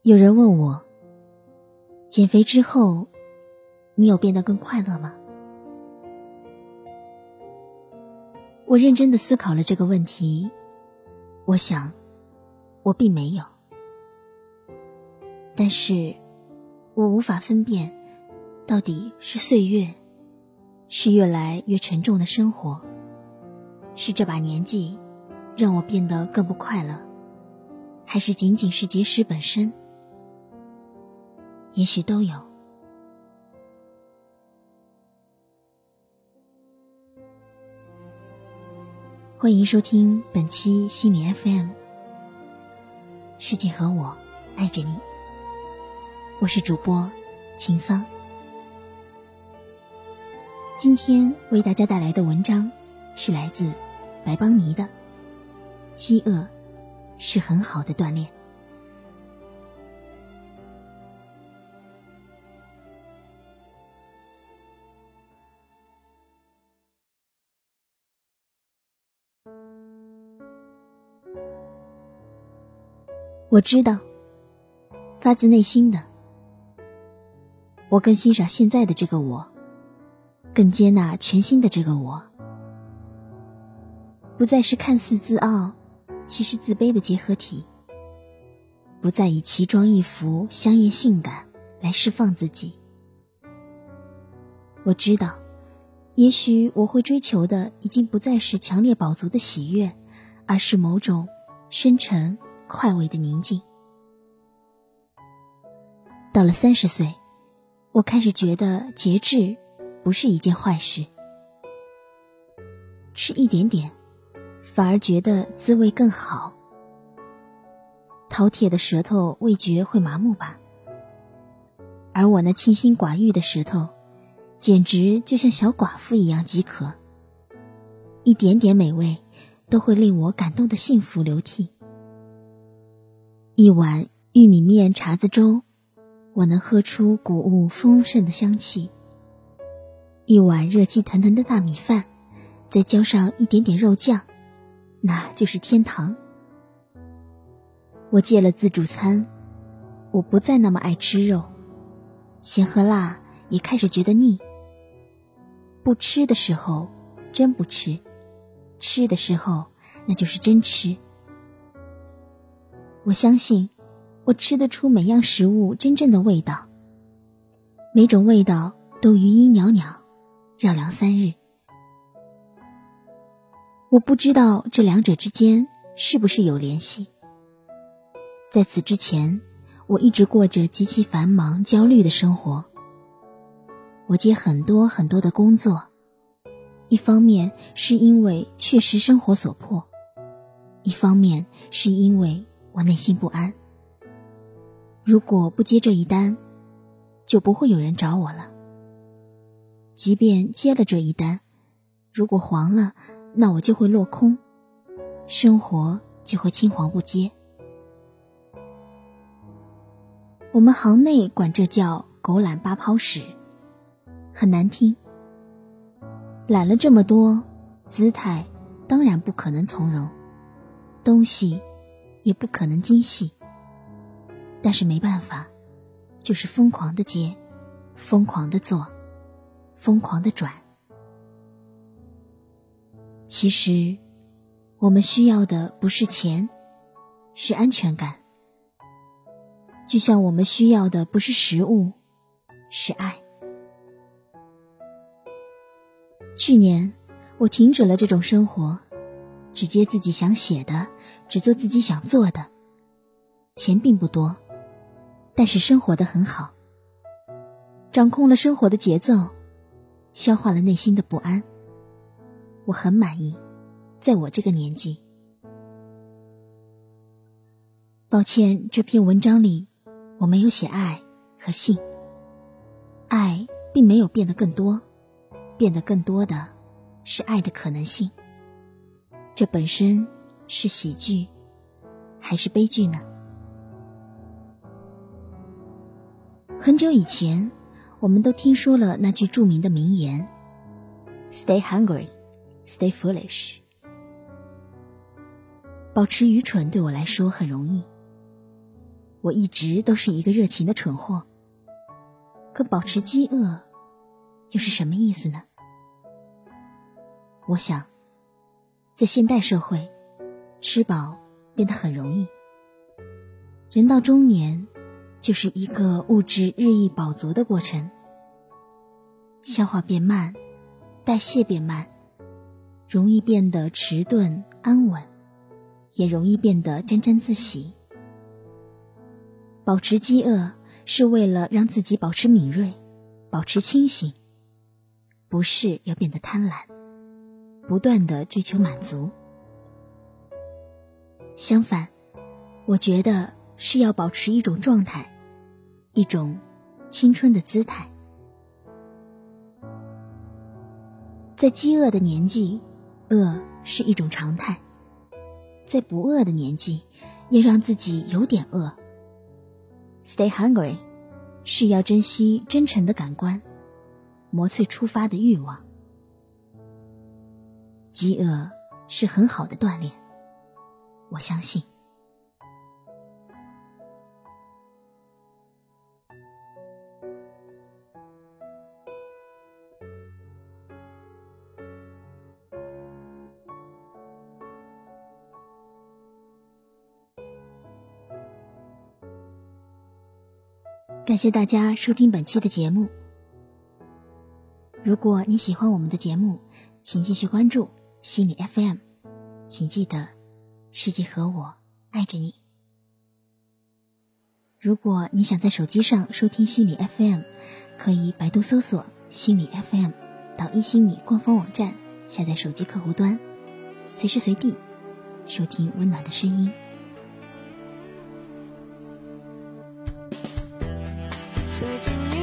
有人问我，减肥之后，你有变得更快乐吗？我认真地思考了这个问题，我想，我并没有。但是，我无法分辨，到底是岁月，是越来越沉重的生活，是这把年纪让我变得更不快乐，还是仅仅是节食本身？也许都有。欢迎收听本期心理 FM， 世界和我爱着你，我是主播秦桑。今天为大家带来的文章是来自白邦尼的《饥饿是很好的锻炼》。我知道，发自内心的，我更欣赏现在的这个我，更接纳全新的这个我，不再是看似自傲，其实自卑的结合体，不再以奇装异服、香艳性感来释放自己。我知道，也许我会追求的已经不再是强烈饱足的喜悦，而是某种深沉快慰的宁静。到了30岁，我开始觉得节制不是一件坏事，吃一点点反而觉得滋味更好。饕餮的舌头味觉会麻木吧，而我那清心寡欲的舌头简直就像小寡妇一样饥渴，一点点美味都会令我感动的幸福流涕。一碗玉米面碴子粥，我能喝出谷物丰盛的香气。一碗热气腾腾的大米饭，再浇上一点点肉酱，那就是天堂。我戒了自助餐，我不再那么爱吃肉，咸和辣也开始觉得腻。不吃的时候真不吃，吃的时候那就是真吃。我相信我吃得出每样食物真正的味道，每种味道都余音袅袅，绕梁3日。我不知道这两者之间是不是有联系。在此之前，我一直过着极其繁忙焦虑的生活。我接很多很多的工作，一方面是因为确实生活所迫，一方面是因为我内心不安。如果不接这一单，就不会有人找我了。即便接了这一单，如果黄了，那我就会落空，生活就会青黄不接。我们行内管这叫狗懒8泡屎，很难听。懒了这么多，姿态当然不可能从容，东西也不可能精细。但是没办法，就是疯狂的接，疯狂的做，疯狂的转。其实我们需要的不是钱，是安全感。就像我们需要的不是食物，是爱。去年我停止了这种生活，只接自己想写的，只做自己想做的。钱并不多，但是生活得很好，掌控了生活的节奏，消化了内心的不安。我很满意，在我这个年纪。抱歉，这篇文章里我没有写爱和性。爱并没有变得更多，变得更多的是爱的可能性。这本身是喜剧还是悲剧呢？很久以前，我们都听说了那句著名的名言 Stay hungry, stay foolish。 保持愚蠢对我来说很容易， 我一直都是一个热情的蠢货。可保持饥饿又是什么意思呢？我想，在现代社会，吃饱变得很容易。人到中年，就是一个物质日益饱足的过程，消化变慢，代谢变慢，容易变得迟钝安稳，也容易变得沾沾自喜。保持饥饿是为了让自己保持敏锐，保持清醒，不是要变得贪婪，不断地追求满足。相反，我觉得是要保持一种状态，一种青春的姿态。在饥饿的年纪，饿是一种常态；在不饿的年纪，要让自己有点饿。Stay hungry 是要珍惜真诚的感官，磨砺出发的欲望。饥饿是很好的锻炼，我相信。感谢大家收听本期的节目。如果你喜欢我们的节目，请继续关注心理 FM， 请记得世界和我爱着你。如果你想在手机上收听心理 FM， 可以百度搜索心理 FM， 到一心理官方网站下载手机客户端，随时随地收听温暖的声音。 最近